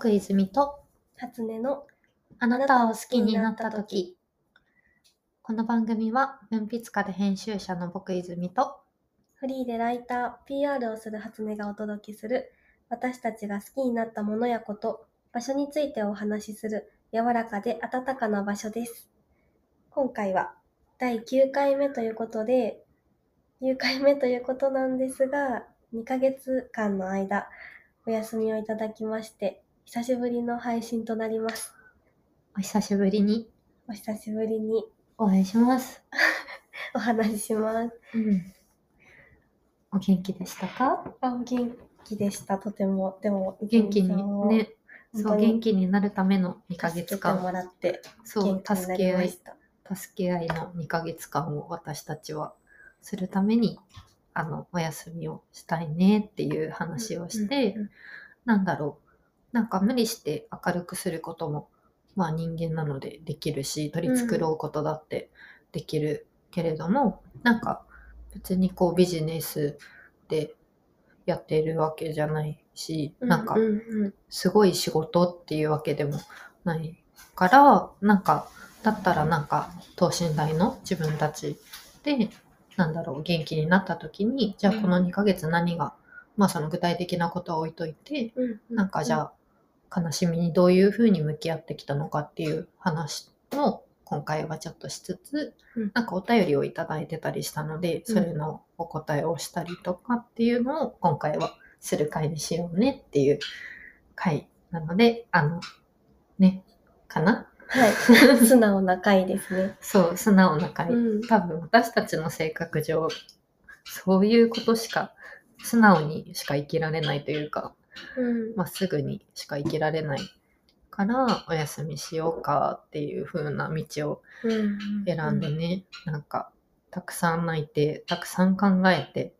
僕泉と初音のあなたを好きになった時。この番組は文筆家で編集者の僕泉とフリーでライター、PR をする初音がお届けする私たちが好きになったものやこと、場所についてお話しする柔らかで温かな場所です。今回は第9回目ということで、9回目ということなんですが、2ヶ月間の間お休みをいただきまして、久しぶりの配信となります。 お久しぶりにお久しぶりにお会いします。 お話しします。 お元気でしたか？ お元気でした。とても。でも元気にね、そう元気になるための2ヶ月間。 助けてもらってそう元気になりました。 助け合いの2ヶ月間を私たちはするためにお休みをしたいねっていう話をして、なんか無理して明るくすることもまあ人間なのでできるし、取り繕うことだってできるけれども、なんか別にこうビジネスでやっているわけじゃないし、なんかすごい仕事っていうわけでもないから、なんかだったらなんか等身大の自分たちで元気になった時に、じゃあこの2ヶ月何が、まあその具体的なことは置いといて、なんかじゃあ悲しみにどういうふうに向き合ってきたのかっていう話も今回はちょっとしつつ、なんかお便りをいただいてたりしたので、それのお答えをしたりとかっていうのを今回はする回にしようねっていう回なので、かな？ はい。素直な回ですね。 そう、素直な回。多分私たちの性格上、そういうことしか、素直にしか生きられないというか、まっすぐにしか生きられないからお休みしようかっていう風な道を選んでね、なんかたくさん泣いてたくさん考えて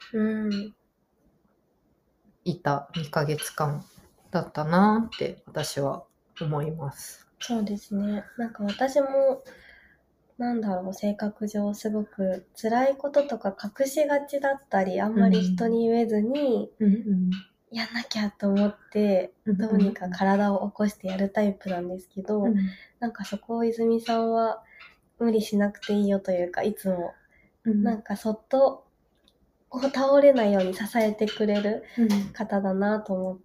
いた2ヶ月間だったなって私は思います。 そうですね。なんか私も性格上すごく辛いこととか隠しがちだったり、あんまり人に言えずに、やんなきゃと思って、どうにか体を起こしてやるタイプなんですけど、なんかそこを泉さんは無理しなくていいよというか、いつもなんかそっと倒れないように支えてくれる方だなと思って、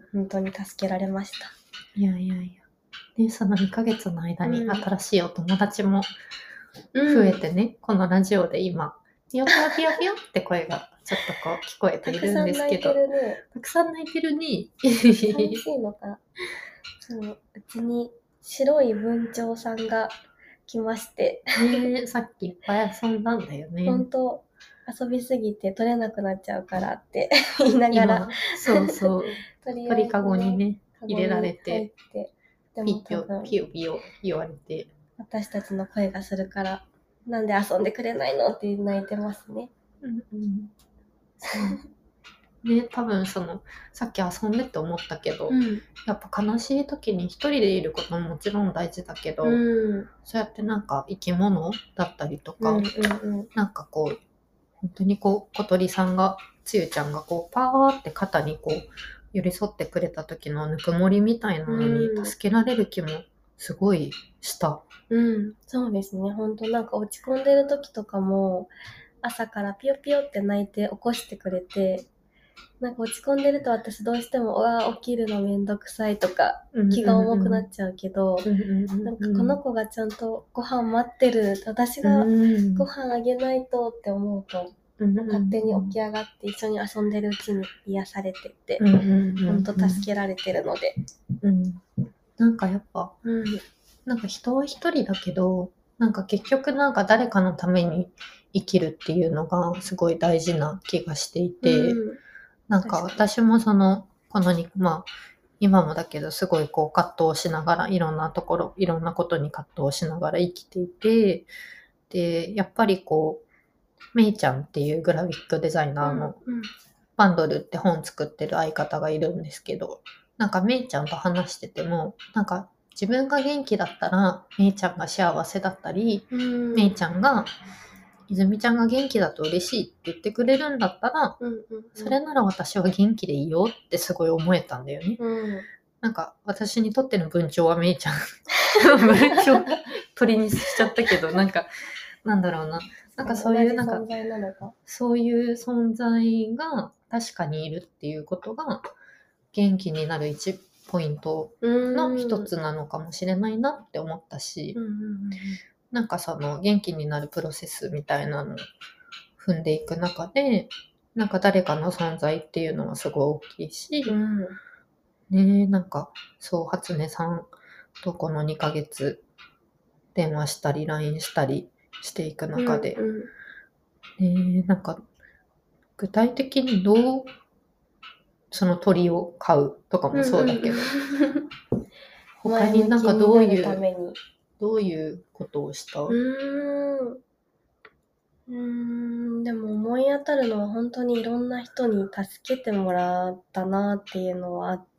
本当に助けられました。 いや。で、その2ヶ月の間に新しいお友達も増えてね、このラジオで今、ピヨピヨピヨピヨって声がちょっとこう聞こえているんですけど、たくさん泣いてるね。 寂しいのか。そう、うちに白い文鳥さんが来まして。 ねえ、さっきいっぱい遊んだんだよね。 本当遊びすぎて取れなくなっちゃうからって言いながら。 そう。鳥かごにね、入れられて、 でも多分ピヨピヨ言われて。 私たちの声がするから、なんで遊んでくれないのって泣いてますね。 ね、多分さっき遊んでって思ったけど、やっぱ悲しい時に一人でいることももちろん大事だけど、そうやってなんか生き物だったりとか、なんかこう本当にこう小鳥さんがつゆちゃんがこうパーって肩にこう寄り添ってくれた時のぬくもりみたいなのに助けられる気もすごいした。 そうですね。本当なんか落ち込んでる時とかも朝からピヨピヨって泣いて起こしてくれて、なんか落ち込んでると私どうしても起きるのめんどくさいとか気が重くなっちゃうけど、なんかこの子がちゃんとご飯待ってる、私がご飯あげないとって思うと、勝手に起き上がって一緒に遊んでるうちに癒されてって、本当助けられてるので、 なんかやっぱ、なんか人は一人だけど、なんか結局なんか誰かのために生きるっていうのがすごい大事な気がしていて、なんか私もまあ今もだけどすごいこう葛藤しながらいろんなことに葛藤しながら生きていて、で、やっぱりこう、めいちゃんっていうグラフィックデザイナーのバンドルって本作ってる相方がいるんですけど、なんかめいちゃんと話してても、なんか自分が元気だったらめいちゃんが幸せだったり、めいちゃんが泉ちゃんが元気だと嬉しいって言ってくれるんだったら、それなら私は元気でいいよってすごい思えたんだよね。 なんか私にとっての文鳥はめいちゃん。文鳥鳥にしちゃったけど、なんか、なんだろうな。なんかそういう、なんか同じ存在なのか。 そういう存在が確かにいるっていうことが、元気になる1ポイントの一つなのかもしれないなって思ったし、なんかその元気になるプロセスみたいなのを踏んでいく中で、なんか誰かの存在っていうのはすごい大きいし、ね、なんかそう初音さんとこの2ヶ月電話したり LINE したりしていく中で、なんか具体的にどうその鳥を飼うとかもそうだけど、他になんかどういうことをした？ でも思い当たるのは本当にいろんな人に助けてもらったなっていうのはあって、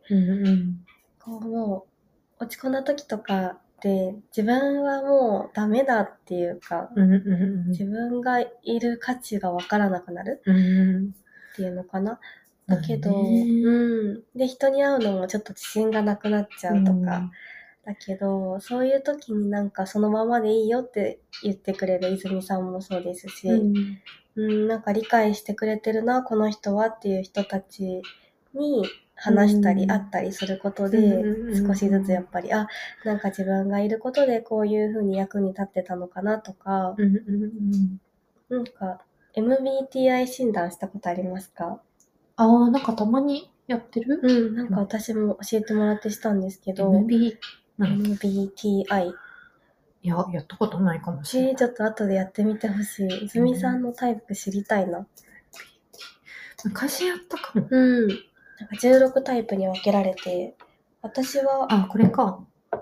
こうもう落ち込んだ時とかで自分はもうダメだっていうか、自分がいる価値がわからなくなるっていうのかな。だけど、で人に会うのもちょっと自信がなくなっちゃうとか。だけど、そういう時になんかそのままでいいよって言ってくれる泉さんもそうですし、なんか理解してくれてるな、この人はっていう人たちに話したり会ったりすることで、少しずつやっぱり、なんか自分がいることでこういう風に役に立ってたのかなとか、なんか MBTI 診断したことありますか？ なんかたまにやってる？ なんか私も教えてもらってしたんですけど、MBTI。 いや、やったことないかもしれない。 ちょっと後でやってみてほしい。泉さんのタイプ知りたいな。 昔やったかも。 なんか16タイプに分けられて、私は、 これか。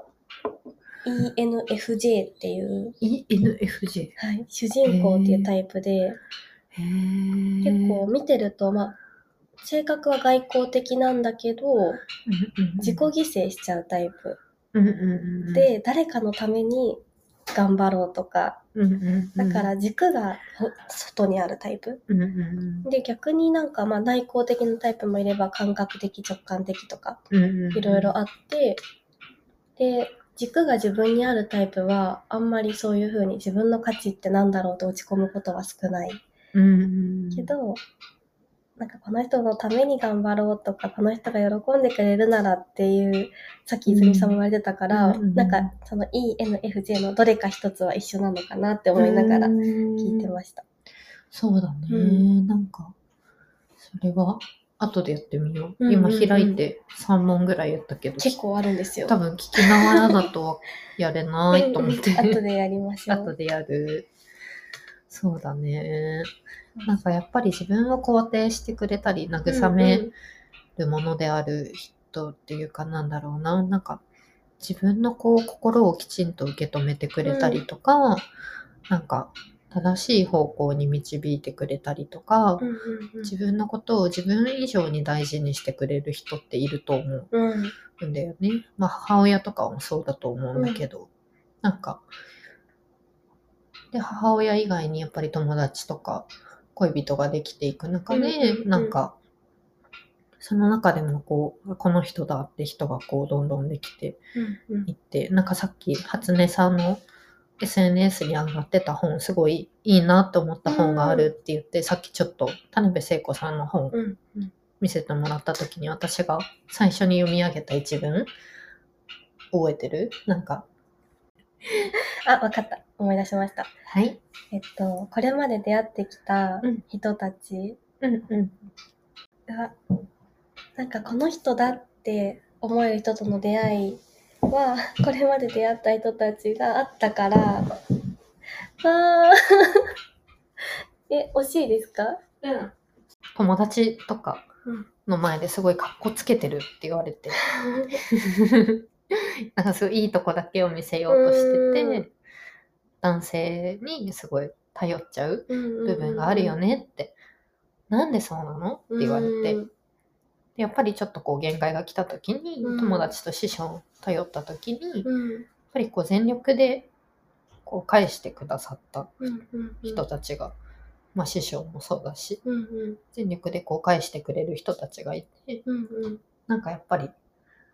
ENFJ っていう。 ENFJ。 はい。主人公っていうタイプで、結構見てると、性格は外交的なんだけど、自己犠牲しちゃうタイプ。で、誰かのために頑張ろうとか、だから軸が外にあるタイプ。で、逆になんか内向的なタイプもいれば感覚的、直感的とか、いろいろあって、で、軸が自分にあるタイプはあんまりそういう風に自分の価値ってなんだろうと落ち込むことは少ない。けど、なんかこの人のために頑張ろうとか、この人が喜んでくれるならっていう、さっき泉さんも言われてたから、なんかその ENFJ のどれか一つは一緒なのかなって思いながら聞いてました。 そうだね、なんか、それは後でやってみよう。今開いて3問ぐらいやったけど。 結構あるんですよ。 多分聞きながらだとやれないと思って。 後でやりましょう。 後でやる。そうだね。なんかやっぱり自分を肯定してくれたり慰めるものである人っていうかなんだろうな。なんか自分の心をきちんと受け止めてくれたりとか、なんか正しい方向に導いてくれたりとか、自分のことを自分以上に大事にしてくれる人っていると思うんだよね。母親とかもそうだと思うんだけど、なんかで母親以外にやっぱり友達とか恋人ができていく中で、なんかその中でもこの人だって人がどんどんできていって、なんかさっき初音さんのSNS に上がってた本すごいいいなと思った本があるって言って、さっきちょっと田辺聖子さんの本見せてもらった時に私が最初に読み上げた一文覚えてる？なんかわかった。思い出しました。 はい。 これまで出会ってきた人たちが、なんかこの人だって思える人との出会いは、これまで出会った人たちがあったから、惜しいですか？ 友達とかの前ですごいカッコつけてるって言われて、なんかすごいいいとこだけを見せようとしてて、男性にすごい頼っちゃう部分があるよねって、なんでそうなのって言われて、やっぱりちょっと限界が来た時に、友達と師匠を頼った時に、やっぱり全力で返してくださった人たちが、師匠もそうだし、全力で返してくれる人たちがいて、なんかやっぱり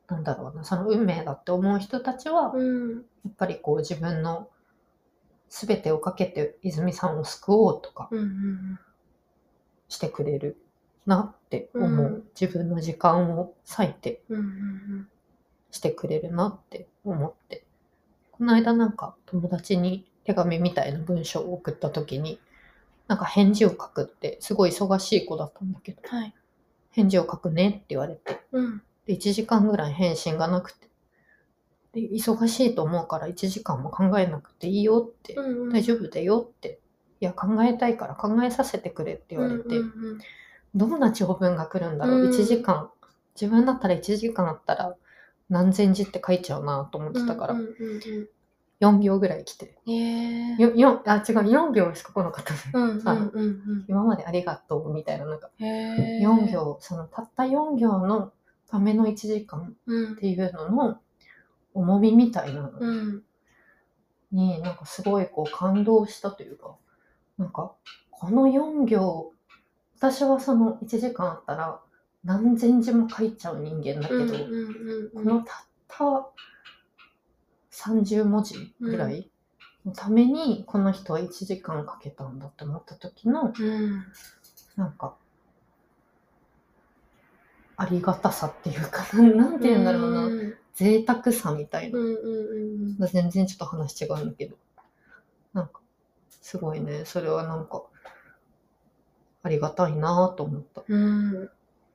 なんだろうな、その運命だって思う人たちは、 うん。 やっぱりこう自分の全てをかけて泉さんを救おうとかうんうんしてくれるなって思う。 うん自分の時間を割いてうんうんしてくれるなって思って。この間なんか友達に手紙みたいな文章を送った時に、なんか返事を書くってすごい忙しい子だったんだけど、 はい。 返事を書くねって言われて、 うん。 で1時間ぐらい返信がなくて、で忙しいと思うから1時間も考えなくていいよって、 うんうん大丈夫だよって、いや考えたいから考えさせてくれって言われて、 うんうんどんな長文が来るんだろう、 うん 1時間。自分だったら1時間あったら何千字って書いちゃうなと思っうんてたから、 うんうん 4秒ぐらい来て。 うん。へえ。 違う、4秒しか来なかったね。 うんうんうん今までありがとうみたいな、なんか、 うん。へえ。 4行、そのたった4行のための1時間うんっていうのの重みみたいなのうんに、なんかすごいこう感動したというか、なんか、この4行、私はその1時間あったら何千字も書いちゃう人間だけど、 うんうんうんうん。 このたった30文字ぐらいのためにこの人は1時間かけたんだって思った時の、 うんなんか、ありがたさっていうか、なんて言うんだろうな、 うん贅沢さみたいな。 うんうんうん。 全然ちょっと話違うんだけど、なんか、すごいね、それはなんか、ありがたいなと思った。 うん。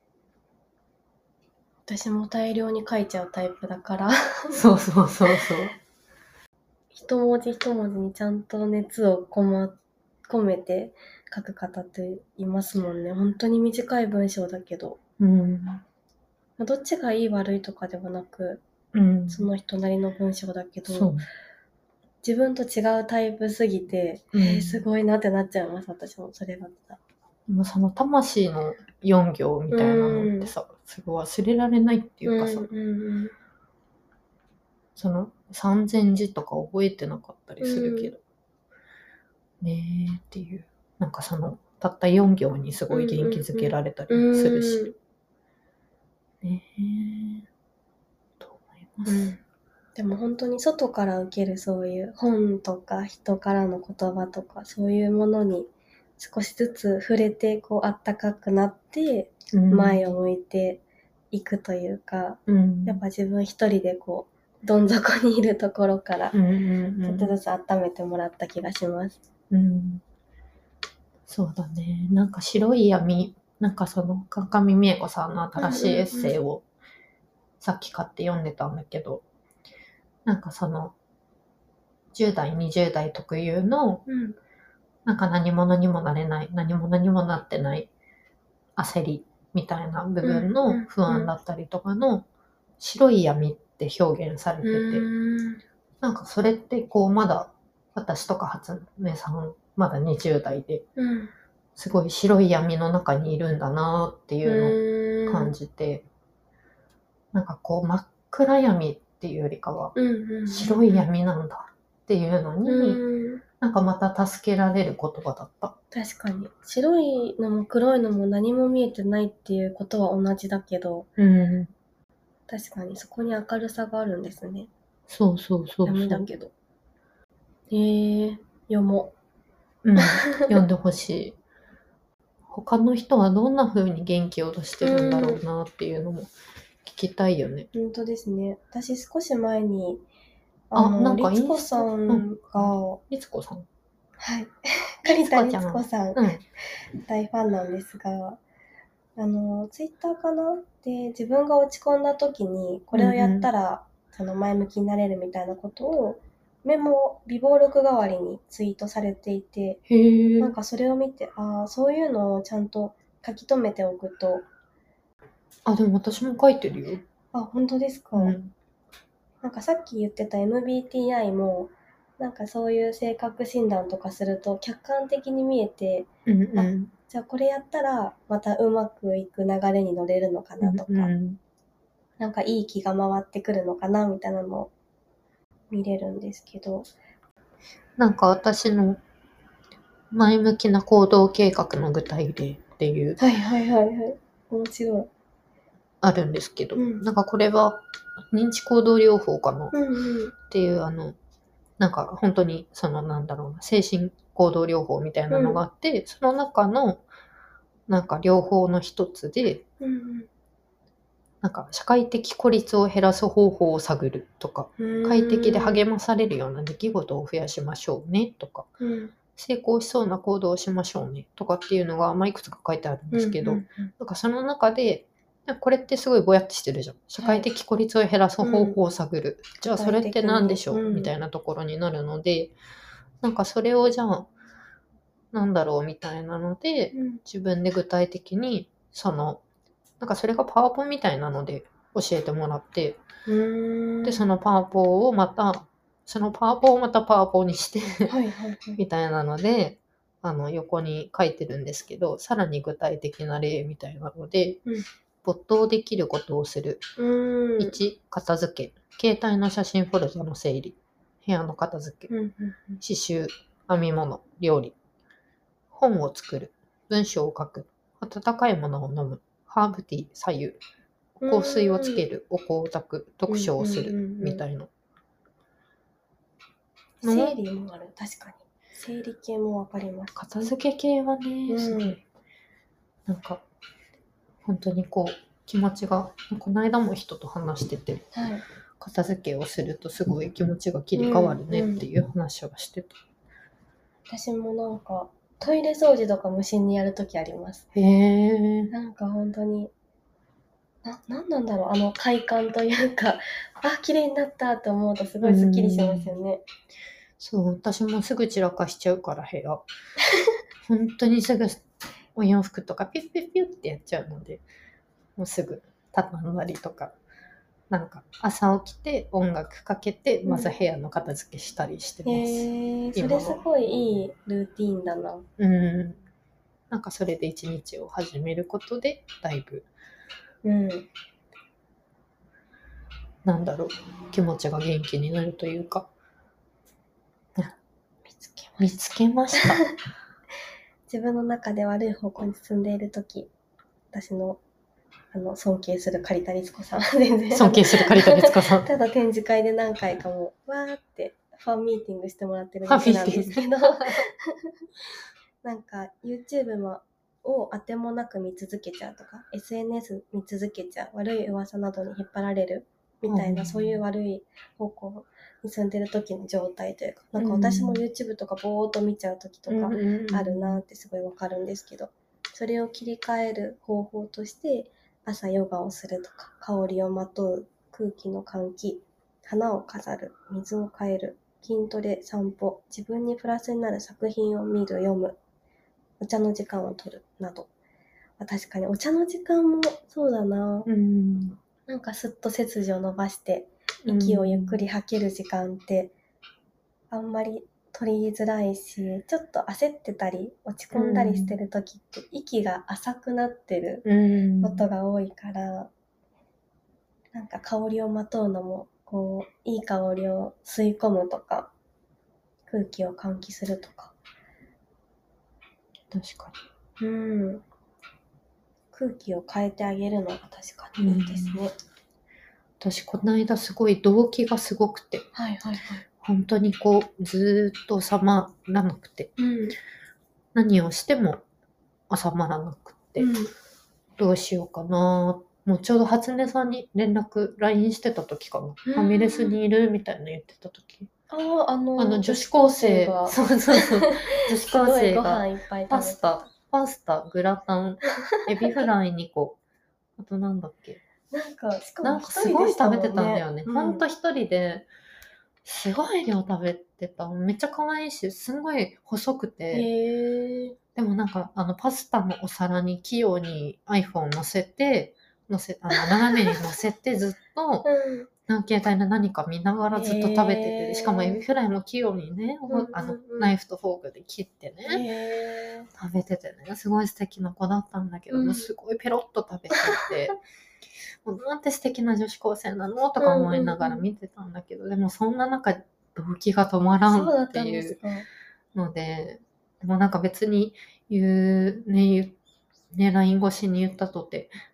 私も大量に書いちゃうタイプだからそうそうそうそう。 一文字一文字にちゃんと熱を込めて書く方っていますもんね。本当に短い文章だけど。どっちがいい悪いとかではなく、その人なりの文章だけど、自分と違うタイプすぎて、すごいなってなっちゃいます、私もそれだったら。 でもその魂の4行みたいなのってさ、すごい忘れられないっていうかさ、その3000字とか覚えてなかったりするけど、ねーっていう、なんかそのたった4行にすごい元気づけられたりするし、ねーと思います。 でも本当に外から受けるそういう本とか人からの言葉とかそういうものに少しずつ触れてこうあったかくなって前を向いていくというか、やっぱ自分一人でこうどん底にいるところからちょっとずつ温めてもらった気がします。 そうだね。なんか白い闇、なんかその川上美恵子さんの新しいエッセイをさっき買って読んでたんだけど、なんかその10代、20代特有の、なんか何者にもなれない、何者にもなってない焦りみたいな部分の不安だったりとかの白い闇って表現されてて、なんかそれってこうまだ私とか初音さんまだ20代で、すごい白い闇の中にいるんだなっていうのを感じて、なんかこう真っ暗闇っていうよりかは白い闇なんだっていうのに、なんかまた助けられる言葉だった。 確かに。白いのも黒いのも何も見えてないっていうことは同じだけど、確かにそこに明るさがあるんですね。 そうそうそうそう。 闇だけど。読もう。読んでほしい。他の人はどんな風に元気を出してるんだろうなっていうのも聞きたいよね。 本当ですね。私少し前に、 なんか律子さんが、 律子さんはい。栗田律子さん、大ファンなんですが、ツイッターかなで自分が落ち込んだ時にこれをやったら、その前向きになれるみたいなことを備忘録代わりにツイートされていて、なんかそれを見て、そういうのをちゃんと書き留めておくと。 でも私も書いてるよ。 本当ですか？なんかさっき言ってた MBTI もなんかそういう性格診断とかすると客観的に見えて、じゃあこれやったらまたうまくいく流れに乗れるのかなとか、なんかいい気が回ってくるのかなみたいなのを見れるんですけど、 なんか私の前向きな行動計画の具体例っていう、 面白い。 あるんですけど、 うんなんかこれは認知行動療法かなっうんうんていうなんか本当になんだろうな、精神行動療法みたいなのがあって、その中のなんか療法の一つで、 うんなんか社会的孤立を減らす方法を探るとか、 うん快適で励まされるような出来事を増やしましょうねとか、 うん成功しそうな行動をしましょうねとかっていうのが、いくつか書いてあるんですけど、なんかその中で、これってすごいぼやっとしてるじゃん。社会的孤立を減らす方法を探る。じゃあそれって何でしょう、みたいなところになるので、なんかそれをじゃあ、なんだろうみたいなので、自分で具体的に、なんかそれがパワポみたいなので教えてもらって、で、そのパワポをまたパワポにしてみたいなので、横に書いてるんですけど、さらに具体的な例みたいなので、没頭できることをする。1、片付け。携帯の写真フォルダの整理。部屋の片付け。刺繍、編み物、料理。本を作る。文章を書く。温かいものを飲む。ハーブティー、左右。香水をつける。お香を炊く。読書をする。みたいな。 整理もある。確かに。整理系もわかります。 片付け系はね、すごい。なんか、本当に気持ちが、この間も人と話してて、片付けをするとすごい気持ちが切り替わるねっていう話をしてた。 私もなんか、トイレ掃除とか無心にやるときあります。 へー。 なんか本当に、なんなんだろう、快感というか、綺麗になったと思うとすごいスッキリしますよね。 そう、私もすぐ散らかしちゃうから部屋。本当にすぐお洋服とかピュッピュッピュッってやっちゃうので、もうすぐ畳んだりとか、なんか朝起きて音楽かけて、まず部屋の片付けしたりしてます。 それすごいいいルーティーンだな。 なんかそれで一日を始めることで、だいぶ、なんだろう、気持ちが元気になるというか、見つけました。 自分の中で悪い方向に進んでいるとき、私の尊敬する刈田律子さん。 尊敬する刈田律子さん。 ただ展示会で何回かもわーってファンミーティングしてもらってるだけなんですけど、なんか YouTube を当てもなく見続けちゃうとか、SNS 見続けちゃう、悪い噂などに引っ張られるみたいな、そういう悪い方向に住んでる時の状態というか、なんか私も YouTube とかぼーっと見ちゃう時とかあるなってすごいわかるんですけど、それを切り替える方法として朝ヨガをするとか、香りをまとう、空気の換気、花を飾る、水を変える、筋トレ、散歩、自分にプラスになる作品を見る、読む、お茶の時間を取るなど。確かにお茶の時間もそうだな。なんかすっと背筋を伸ばして息をゆっくり吐ける時間ってあんまり取りづらいし、ちょっと焦ってたり落ち込んだりしてる時って息が浅くなってることが多いから、なんか香りをまとうのもいい香りを吸い込むとか、空気を換気するとか。 確かに。空気を変えてあげるのが確かにいいですね。 私この間すごい動機がすごくて、本当にずっと収まらなくて、何をしても収まらなくて、どうしようかな。もうちょうど初音さんにLINE してた時かな。ファミレスにいるみたいな言ってた時。女子高生が。そう。女子高生がパスタ、グラタン、エビフライ2個。あとなんだっけ。 なんかすごい食べてたんだよね。ほんと一人で、すごい量食べてた。めっちゃ可愛いし、すごい細くて。でもなんか、パスタのお皿に器用に iPhone 乗せて、斜めに乗せてずっと、携帯で何か見ながらずっと食べてて、しかもエビフライも器用にね、ナイフとフォークで切ってね、食べててね、すごい素敵な子だったんだけど、すごいペロッと食べてて、もうなんて素敵な女子高生なのとか思いながら見てたんだけど、でもそんな中、動機が止まらんっていうので、でもなんか別にLINE 越しに言ったとて、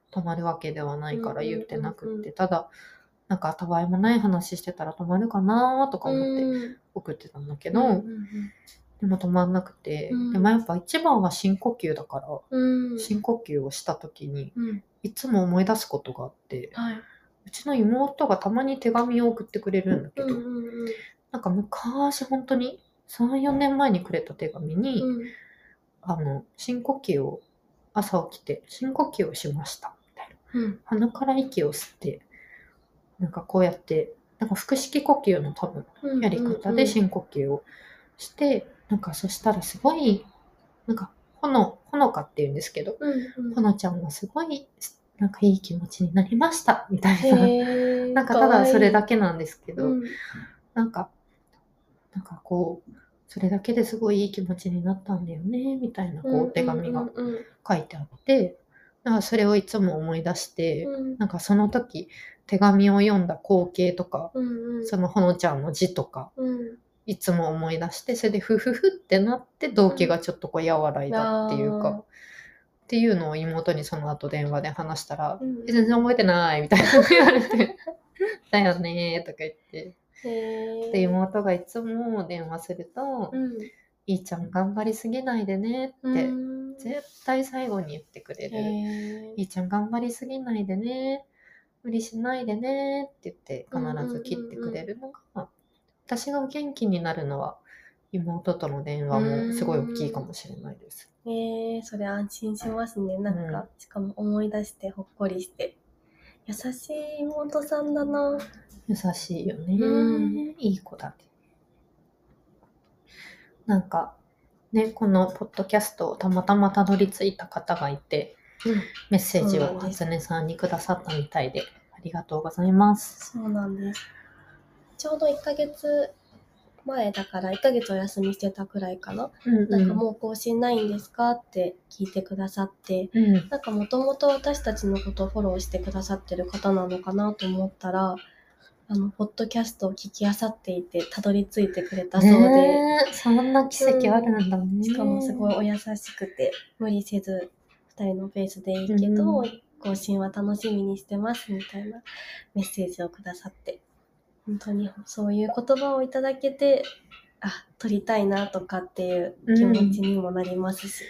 泊まるわけではないから言ってなくって、ただなんかたわいもない話してたら泊まるかなとか思って送ってたんだけど、でも止まんなくて、でもやっぱ一番は深呼吸だから、深呼吸をした時に、いつも思い出すことがあって、うちの妹がたまに手紙を送ってくれるんだけど、なんか昔本当に3、4年前にくれた手紙に、深呼吸を、朝起きて深呼吸をしましたみたいな。鼻から息を吸って、なんかこうやって、なんか腹式呼吸の多分やり方で深呼吸をして、なんかそしたらすごい、なんかほのかって言うんですけど、ほのちゃんがすごい、なんかいい気持ちになりましたみたいな。なんかただそれだけなんですけど、なんかこう、それだけですごいいい気持ちになったんだよね、みたいなこう手紙が書いてあって、なんかそれをいつも思い出して、なんかその時手紙を読んだ光景とか、そのほのちゃんの字とか、いつも思い出して、それでフフフってなって動機がちょっとこう和らいだっていうか、っていうのを妹にその後電話で話したら、全然覚えてないみたいな言われて、だよねとか言って。で妹がいつも電話すると、いいちゃん頑張りすぎないでねって絶対最後に言ってくれる。いいちゃん頑張りすぎないでね、無理しないでねって言って必ず切ってくれるのが、私が元気になるのは妹との電話もすごい大きいかもしれないです。 それ安心しますね。なんか、しかも思い出してほっこりして。優しい妹さんだな。 優しいよね。いい子だね。なんか、ね、このポッドキャストをたまたまたどり着いた方がいて、メッセージを初音さんにくださったみたいで、ありがとうございます。 そうなんです。ちょうど1ヶ月前だから1ヶ月お休みしてたくらいかな、なんかもう更新ないんですかって聞いてくださって、なんかもともと私たちのことをフォローしてくださってる方なのかなと思ったら、ポッドキャストを聞き漁っていてたどり着いてくれたそうで、 そんな奇跡あるんだね。 しかもすごいお優しくて、無理せず2人のペースでいいけど、更新は楽しみにしてますみたいなメッセージをくださって、本当にそういう言葉をいただけて、撮りたいなとかっていう気持ちにもなりますし、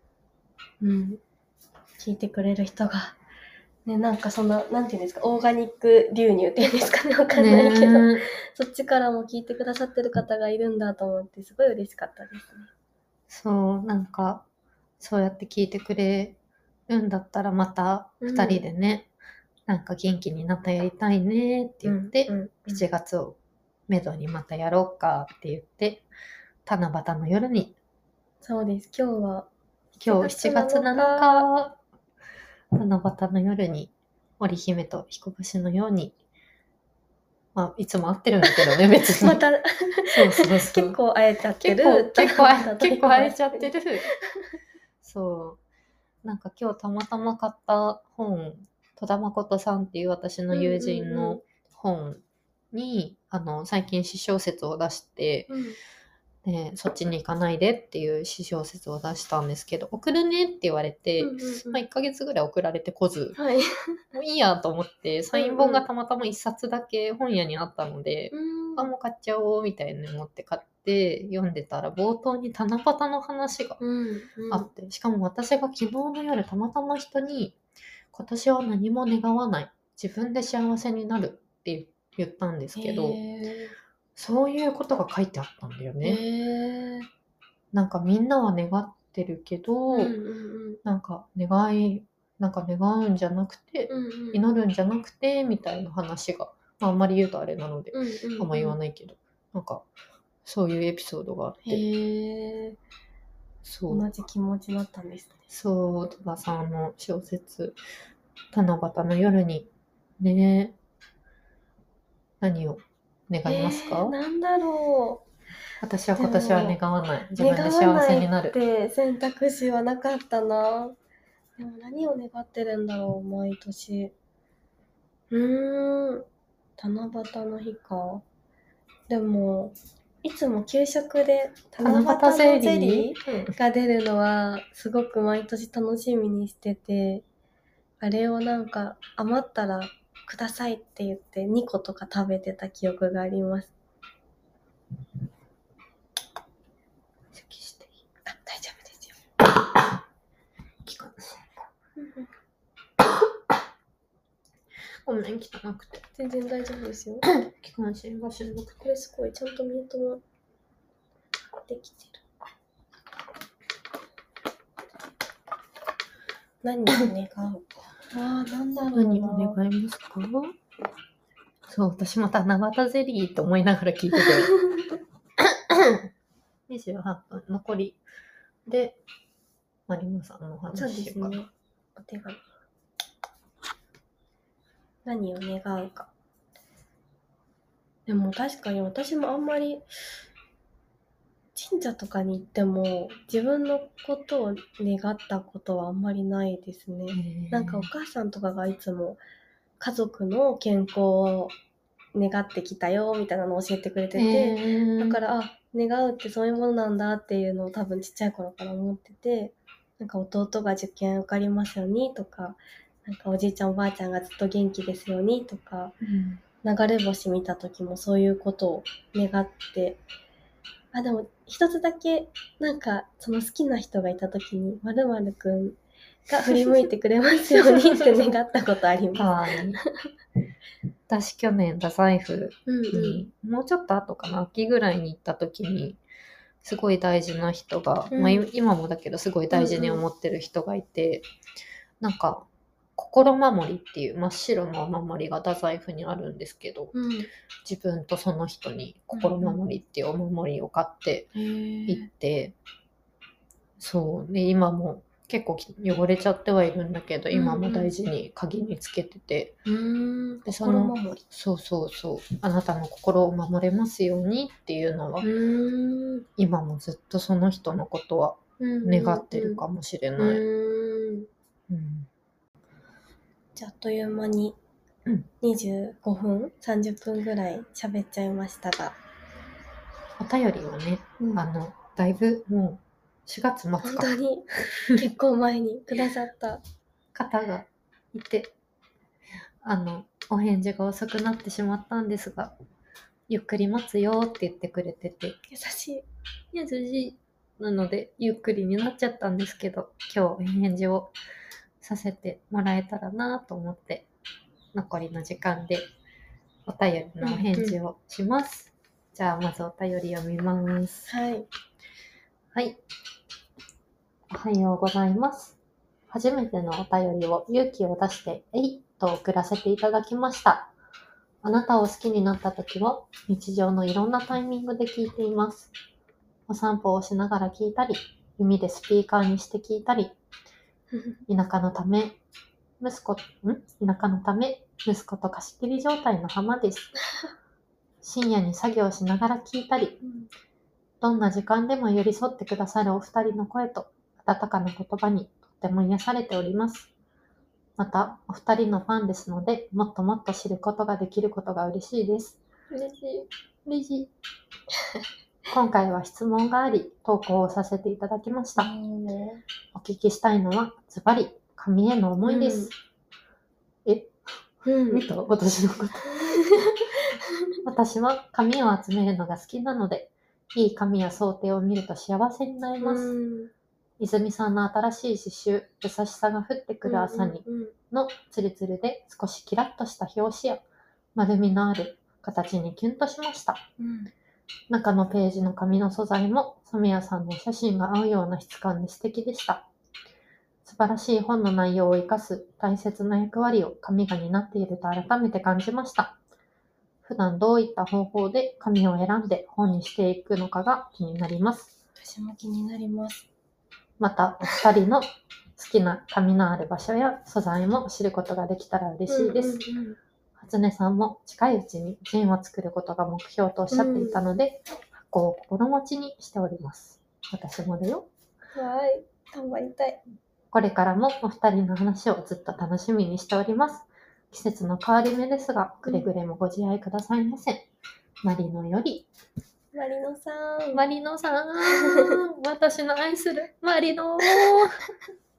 聞いてくれる人が、ね、なんかその、なんていうんですか、オーガニック流入っていうんですかね、わかんないけど、そっちからも聞いてくださってる方がいるんだと思って、すごい嬉しかったですね。 そう、なんか、そうやって聞いてくれるんだったら、また2人でね、なんか元気になったやりたいねって言って、7月をめどにまたやろうかって言って、七夕の夜に。 そうです、今日7月7日、七夕の夜に、織姫と彦星のように、まあ、いつも会ってるんだけどね、別に。 また、 そう結構会えちゃってる。 結構会えちゃってる。そう。なんか今日たまたま買った本、戸田誠さんっていう私の友人の本に、最近詩小説を出して、でそっちに行かないでっていう詩小説を出したんですけど、送るねって言われて、1ヶ月ぐらい送られてこず、もういいやと思って、サイン本がたまたま1冊だけ本屋にあったので、もう買っちゃおうみたいに思って買って読んでたら、冒頭に七夕の話があって、しかも私が昨日の夜たまたま人に、今年は何も願わない、自分で幸せになるって言ったんですけど、そういうことが書いてあったんだよね。なんかみんなは願ってるけど、なんか願うんじゃなくて、祈るんじゃなくてみたいな話が、あんまり言うとあれなので、あんま言わないけど、なんかそういうエピソードがあって、 そう同じ気持ちだったんですね。 そう、戸田さんの小説、七夕の夜にね、何を願いますか？ なんだろう。 私は今年は願わない。自分で幸せになる。 願わないって選択肢はなかったな。でも何を願ってるんだろう、毎年。七夕の日か。でも、いつも給食で七夕のゼリーが出るのはすごく毎年楽しみにしてて、 あれをなんか余ったらくださいって言って2個とか食べてた記憶があります。 咳していい？ あ、大丈夫ですよ。 気がせんごめん、汚くて。 全然大丈夫ですよ。 気管支がしんどくて。 これすごいちゃんとミュートもできてる。何を願うか。なんだろうな。 何を願いますか？そう、私また七夕ゼリーと思いながら聞いてて。28分残りで、マリモさんの話そうですか。 ね。お手紙。何を願うか。でも確かに私もあんまり神社とかに行っても自分のことを願ったことはあんまりないですね。なんかお母さんとかがいつも家族の健康を願ってきたよみたいなのを教えてくれてて、だから願うってそういうものなんだっていうのを多分ちっちゃい頃から思ってて、なんか弟が受験受かりますようにとか、なんかおじいちゃんおばあちゃんがずっと元気ですようにとか、流れ星見た時もそういうことを願って、でも一つだけなんかその好きな人がいた時に〇〇くんが振り向いてくれますようにって願ったことあります。 かわいい。私去年太宰府に、もうちょっと後かな、秋ぐらいに行った時にすごい大事な人が、今もだけどすごい大事に思ってる人がいて、なんか心守りっていう真っ白のお守りが太宰府にあるんですけど、自分とその人に心守りっていうお守りを買って行って、そうで今も結構汚れちゃってはいるんだけど、今も大事に鍵につけてて、 でその心守り、 そうあなたの心を守れますようにっていうのは、今もずっとその人のことは願ってるかもしれない。 じゃああっという間に25分30分ぐらい喋っちゃいましたが、 お便りはね、だいぶもう4月末か本当に結構前にくださった方がいて、お返事が遅くなってしまったんですが、ゆっくり待つよって言ってくれてて、 優しいなのでゆっくりになっちゃったんですけど、今日返事をさせてもらえたらなと思って残りの時間でお便りのお返事をします。じゃあまずお便り読みます。はい。おはようございます。初めてのお便りを勇気を出してと送らせていただきました。あなたを好きになった時は日常のいろんなタイミングで聞いています。お散歩をしながら聞いたり、耳でスピーカーにして聞いたり、田舎のため息子と貸し切り状態の浜です。深夜に作業しながら聞いたり、どんな時間でも寄り添ってくださるお二人の声と温かな言葉にとっても癒されております。また、お二人のファンですので、もっともっと知ることができることが嬉しいです。嬉しい。今回は質問があり、投稿をさせていただきました。お聞きしたいのは、ズバリ、紙への思いです。見た？私のこと。私は紙を集めるのが好きなので、いい紙や装丁を見ると幸せになります。泉さんの新しい刺繍、優しさが降ってくる朝にのツルツルで少しキラッとした表紙や丸みのある形にキュンとしました。中のページの紙の素材も染谷さんの写真が合うような質感で素敵でした。素晴らしい本の内容を生かす大切な役割を紙が担っていると改めて感じました。普段どういった方法で紙を選んで本にしていくのかが気になります。 私も気になります。 また、お二人の好きな紙のある場所や素材も知ることができたら嬉しいです。初音さんも近いうちにジンを作ることが目標とおっしゃっていたので、発行を心持ちにしております。私もだよ。 はい、頑張りたい。 これからもお二人の話をずっと楽しみにしております。季節の変わり目ですが、くれぐれもご自愛くださいませ。マリノより。 マリノさん。 私の愛するマリノ。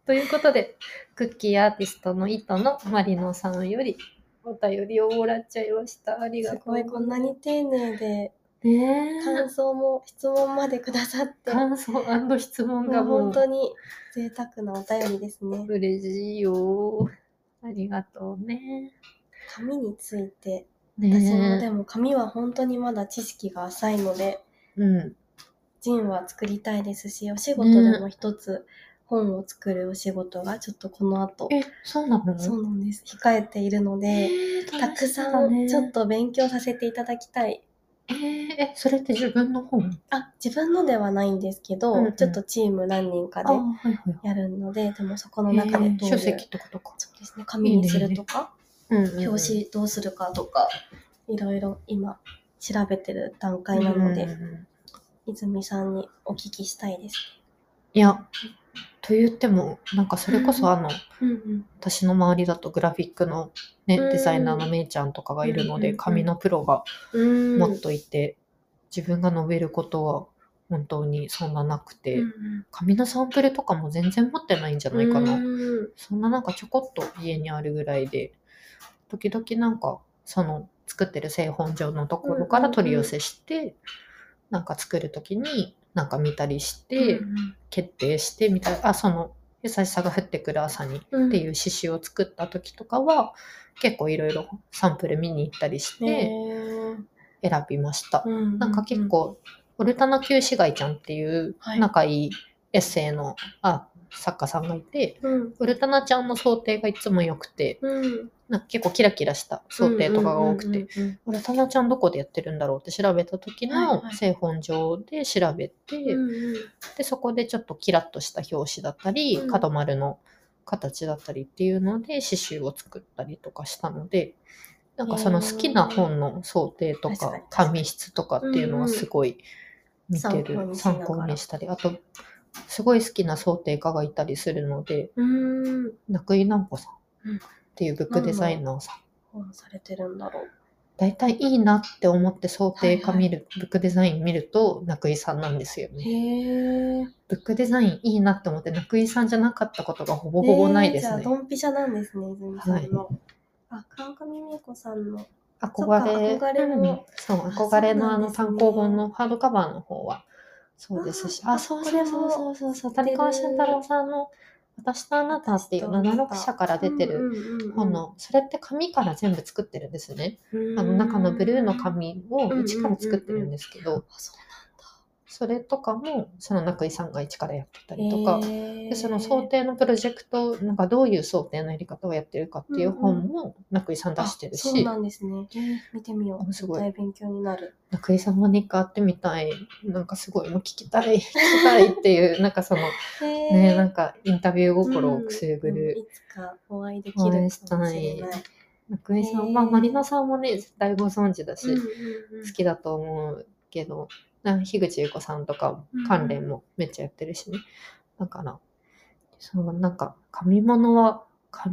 ということで、クッキーアーティストの糸のマリノさんよりお便りをもらっちゃいました。ありがとうすごい、こんなに丁寧で、 ね感想も質問までくださって。 感想&質問がもう本当に贅沢なお便りですね。 嬉しいよ。ありがとうね。 紙について、 ね私もでも紙は本当にまだ知識が浅いので、ジンは作りたいですし、お仕事でも一つ本を作るお仕事がちょっとこの後、 そうなの？ そうなんです。控えているので、たくさんちょっと勉強させていただきたい。 それって自分の本？ 自分のではないんですけど、ちょっとチーム何人かでやるので、でもそこの中でどういう、 書籍とかとか。 そうですね、紙にするとか、表紙どうするかとか、いろいろ今調べてる段階なので、泉さんにお聞きしたいですね。 いや、と言っても、なんかそれこそ私の周りだとグラフィックの、ね、デザイナーのめいちゃんとかがいるので、紙のプロがもっといて、自分が述べることは本当にそんななくて、紙のサンプルとかも全然持ってないんじゃないかな。そんななんかちょこっと家にあるぐらいで、時々なんかその作ってる製本所のところから取り寄せして、なんか作るときになんか見たりして、決定してみたいな、その優しさが降ってくる朝にっていう刺繍を作った時とかは、結構いろいろサンプル見に行ったりして選びました。なんか結構オルタナ旧市街ちゃんっていう仲いいエッセイの作家さんがいて、オルタナちゃんの想定がいつも良くて、なんか結構キラキラした想定とかが多くて、オルタナちゃんどこでやってるんだろうって調べた時の製本所で調べて、でそこでちょっとキラッとした表紙だったり、角丸の形だったりっていうので刺繍を作ったりとかしたので、なんかその好きな本の想定とか紙質とかっていうのはすごい見てる、参考にしたり、あとすごい好きな想定家がいたりするので、中井直子さんっていうブックデザイナーさん。 本されてるんだろう。 だいたいいいなって思って想定家見る、ブックデザイン見ると中井さんなんですよね。ブックデザインいいなって思って中井さんじゃなかったことがほぼほぼないですね。 じゃあドンピシャなんですね、泉さんの。川上美恵子さんの憧れの単行本のハードカバーの方はそうですし、そう谷川俊太郎さんの私とあなたっていう76社から出てる本の、それって紙から全部作ってるんですね。中のブルーの紙を一から作ってるんですけど、それとかもその中井さんが一からやってたりとか、でその想定のプロジェクト、なんかどういう想定のやり方をやってるかっていう本も中井さん出してるし、 そうなんですね。見てみよう。 すごい絶対勉強になる。 中井さんも何か会ってみたい、なんかすごいもう聞きたいっていうなんかそのね、なんかインタビュー心をくすぐる、 いつかお会いできるかもしれない。 中井さん、マリナさんもね絶対ご存知だし、好きだと思うけど、樋口優子さんとか関連もめっちゃやってるしね。だから、なんか、紙物は、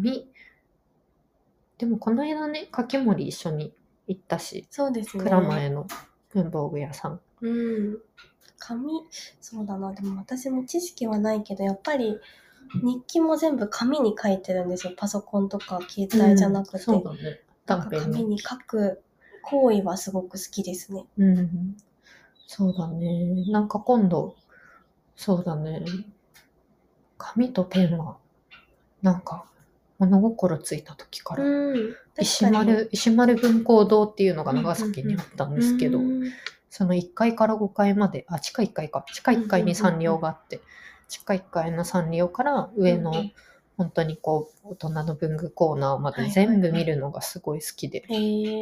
でもこの間ね、柿森一緒に行ったし、 そうですね。 蔵前の文房具屋さん。 紙、そうだな、でも私も知識はないけど、やっぱり日記も全部紙に書いてるんですよ。パソコンとか携帯じゃなくて。 そうだね。 なんか紙に書く行為はすごく好きですね。 そうだね。なんか今度、そうだね。紙とペンは、なんか、物心ついた時から、石丸文工堂っていうのが長崎にあったんですけど、その1階から5階まで、地下1階か。地下1階にサンリオがあって、地下1階のサンリオから上の、本当にこう、大人の文具コーナーまで全部見るのがすごい好きで。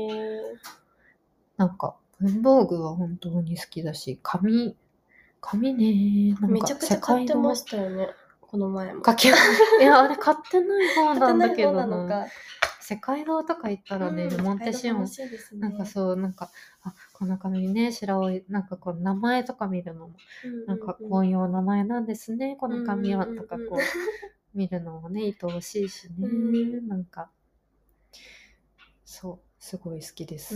なんか、文房具は本当に好きだし、紙ね、なんかめちゃくちゃ買ってましたよね、この前も。 いや、あれ買ってない方なんだけどな。世界堂とか行ったらね、モンテシオン、なんかそう、なんか、この紙ね、白い、なんかこう、名前とか見るのも、なんかこういう名前なんですね、この紙は、とかこう、見るのもね、愛おしいしね、なんか、そう、すごい好きです。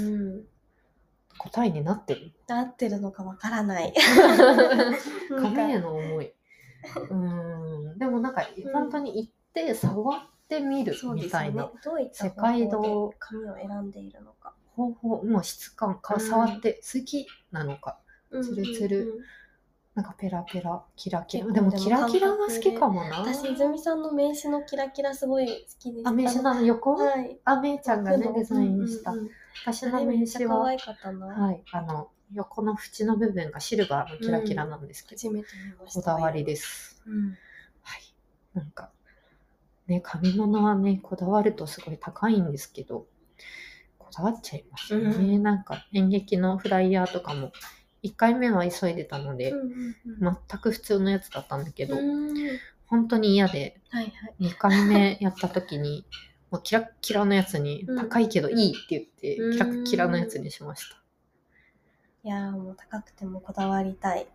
答えになってる？ なってるのかわからない。 紙への思い。 でもなんか本当に行って触ってみるみたいな、 どういった方法で紙を選んでいるのか、 方法もう質感か触って好きなのか、つるつる、なんかペラペラキラキラ、でもキラキラが好きかもな。 私泉さんの名刺のキラキラすごい好きです。 名刺の横、 はい、 めいちゃんがねデザインした、私の名刺は可愛かったな。 はい、横の縁の部分がシルバーのキラキラなんですけど、 初めて見ました。 こだわりです。はい、なんかね、紙物はねこだわるとすごい高いんですけど、こだわっちゃいますね。なんか演劇のフライヤーとかも1回目は急いでたので、全く普通のやつだったんだけど、本当に嫌で、2回目やった時にもうキラッキラのやつに、高いけどいいって言ってキラッキラのやつにしました。 いやもう高くてもこだわりたい。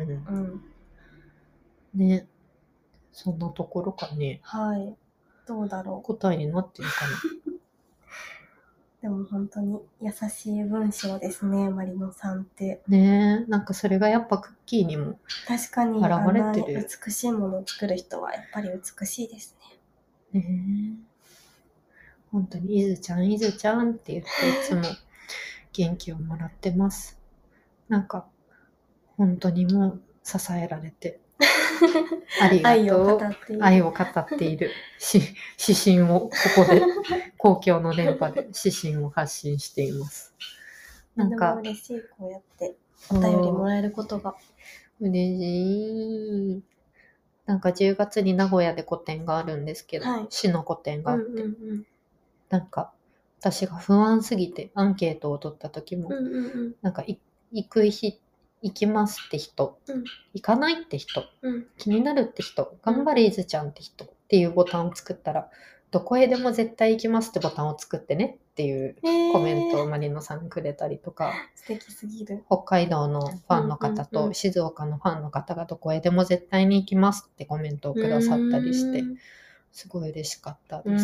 ね、そんなところかね。 はい。どうだろう。 答えになってるかな。 でも本当に優しい文章ですね、マリノさんって。 ねえ、なんかそれがやっぱクッキーにも確かに現れてる。 美しいものを作る人はやっぱり美しいですね。ねえ。本当にいずちゃんいずちゃんって言っていつも元気をもらってます。なんか本当にもう支えられてありがとう。愛を語っている指針をここで公共の電波で指針を発信しています。 なんか嬉しい、こうやってお便りもらえることが嬉しい。なんか10月に名古屋で個展があるんですけど、市の個展があって、なんか私が不安すぎてアンケートを取った時も、なんか行きますって人、行かないって人、気になるって人、頑張れいずちゃんって人っていうボタンを作ったら、どこへでも絶対行きますってボタンを作ってねっていうコメントをマリノさんにくれたりとか、 素敵すぎる。 北海道のファンの方と静岡のファンの方がどこへでも絶対に行きますってコメントをくださったりして、すごい嬉しかったです。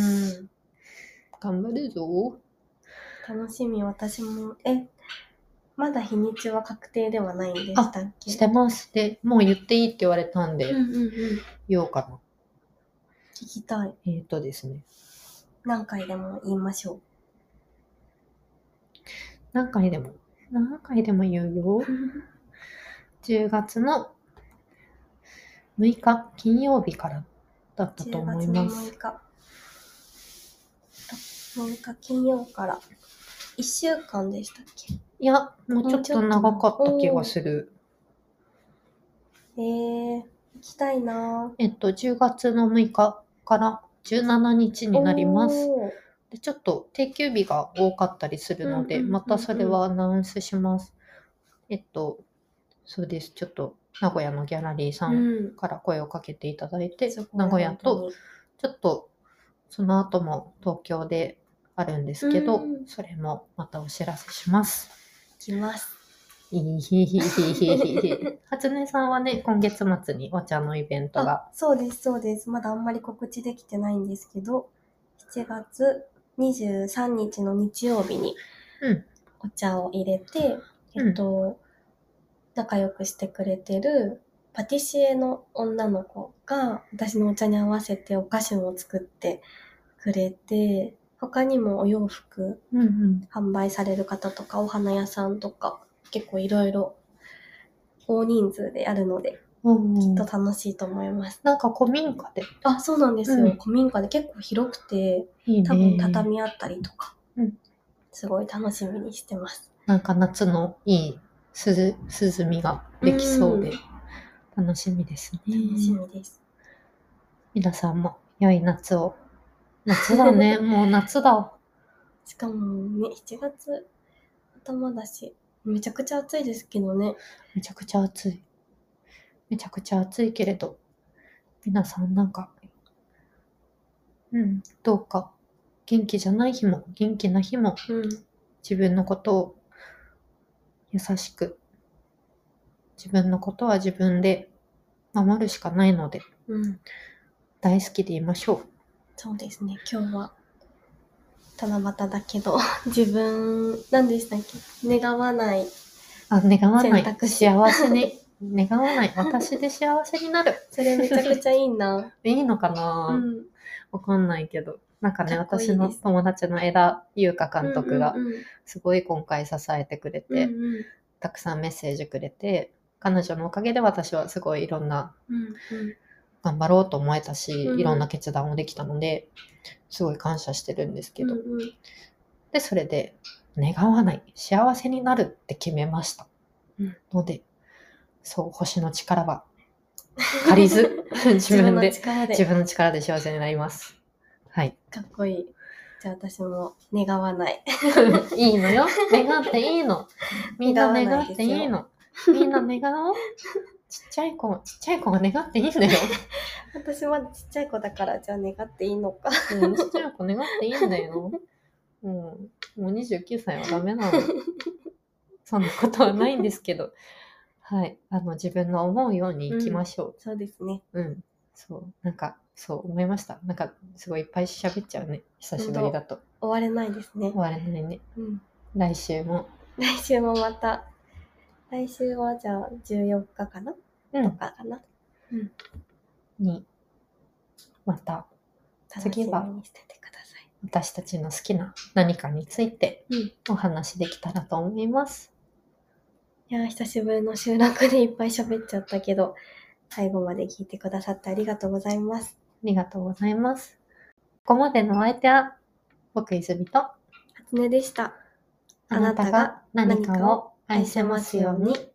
頑張るぞ。 楽しみ。私もまだ日にちは確定ではないんでしたっけ？ してます。で、もう言っていいって言われたんで、言おうかな。 聞きたい。 ですね。 何回でも言いましょう。 何回でも言うよ。10月の6日金曜日からだったと思います。 10月の6日金曜から1週間でしたっけ？ いや、もうちょっと長かった気がする。 行きたいな。 10月の6日から17日になります。でちょっと定休日が多かったりするので、またそれはアナウンスします。そうです。ちょっと名古屋のギャラリーさんから声をかけていただいて、名古屋とちょっとその後も東京であるんですけど、それもまたお知らせします。 来ます。 初音さんはね、今月末にお茶のイベントが。 そうです。まだあんまり告知できてないんですけど、7月23日の日曜日にお茶を入れて、仲良くしてくれてるパティシエの女の子が私のお茶に合わせてお菓子を作ってくれて、他にもお洋服販売される方とかお花屋さんとか結構いろいろ大人数でやるので、きっと楽しいと思います。 なんか古民家で。 そうなんですよ。古民家で結構広くて、多分畳あったりとか、すごい楽しみにしてます。 なんか夏のいい涼みができそうで楽しみですね。 楽しみです。 皆さんも良い夏を。夏だね。もう夏だ。 しかもね、7月頭だし、めちゃくちゃ暑いですけどね。 めちゃくちゃ暑いけれど、皆さんなんか、どうか元気じゃない日も元気な日も、自分のことを優しく、自分のことは自分で守るしかないので、大好きでいましょう。 そうですね。今日は七夕だけど自分何でしたっけ？願わない幸せに願わない。私で幸せになる。 それめちゃくちゃいいな。 いいのかな、わかんないけど。なんかね、 かっこいいです私の友達の枝優香監督がうんうんうんすごい今回支えてくれて、 うんうんたくさんメッセージくれて、彼女のおかげで私はすごいいろんなうんうん頑張ろうと思えたし、 うんいろんな決断をできたので、すごい感謝してるんですけど。 うんうんで、それで、願わない。幸せになるって決めました。 うんので、そう、星の力は借りず、自分で、自分の力で幸せになります。はい。 かっこいい。じゃあ私も願わない。 いいのよ。願っていいの。みんな願っていいの。みんな願おう。ちっちゃい子が願っていいんだよ。 私まだちっちゃい子だから、じゃあ願っていいのか。 うん、ちっちゃい子願っていいんだよ。うん、もう29歳はダメなの。そんなことはないんですけど。はい。自分の思うように生きましょう。 そうですね。 うん。そう。なんか、そう思いました。なんか、すごいいっぱい喋っちゃうね。久しぶりだと。 終われないですね。 終われないね。 うん。 来週も。 来週もまた。来週はじゃあ14日かな、とかかな。うん。 に、また、次は楽しみにしててください。 私たちの好きな何かについてお話できたらと思います。 いや、久しぶりの収録でいっぱい喋っちゃったけど、最後まで聞いてくださってありがとうございます。 ありがとうございます。ここまでのお相手は、僕泉と、 初音でした。 あなたが何かを愛せますように。